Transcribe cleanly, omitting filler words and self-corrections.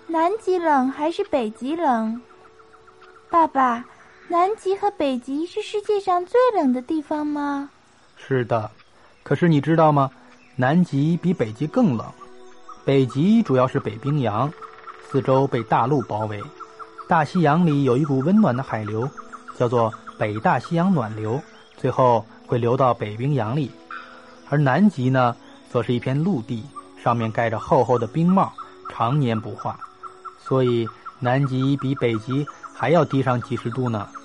南极冷还是北极冷？爸爸，南极和北极是世界上最冷的地方吗？ 是的，可是你知道吗？南极比北极更冷。北极主要是北冰洋，四周被大陆包围。大西洋里有一股温暖的海流，叫做北大西洋暖流，最后会流到北冰洋里。而南极呢，则是一片陆地，上面盖着厚厚的冰帽，常年不化，所以南极比北极还要低上几十度呢。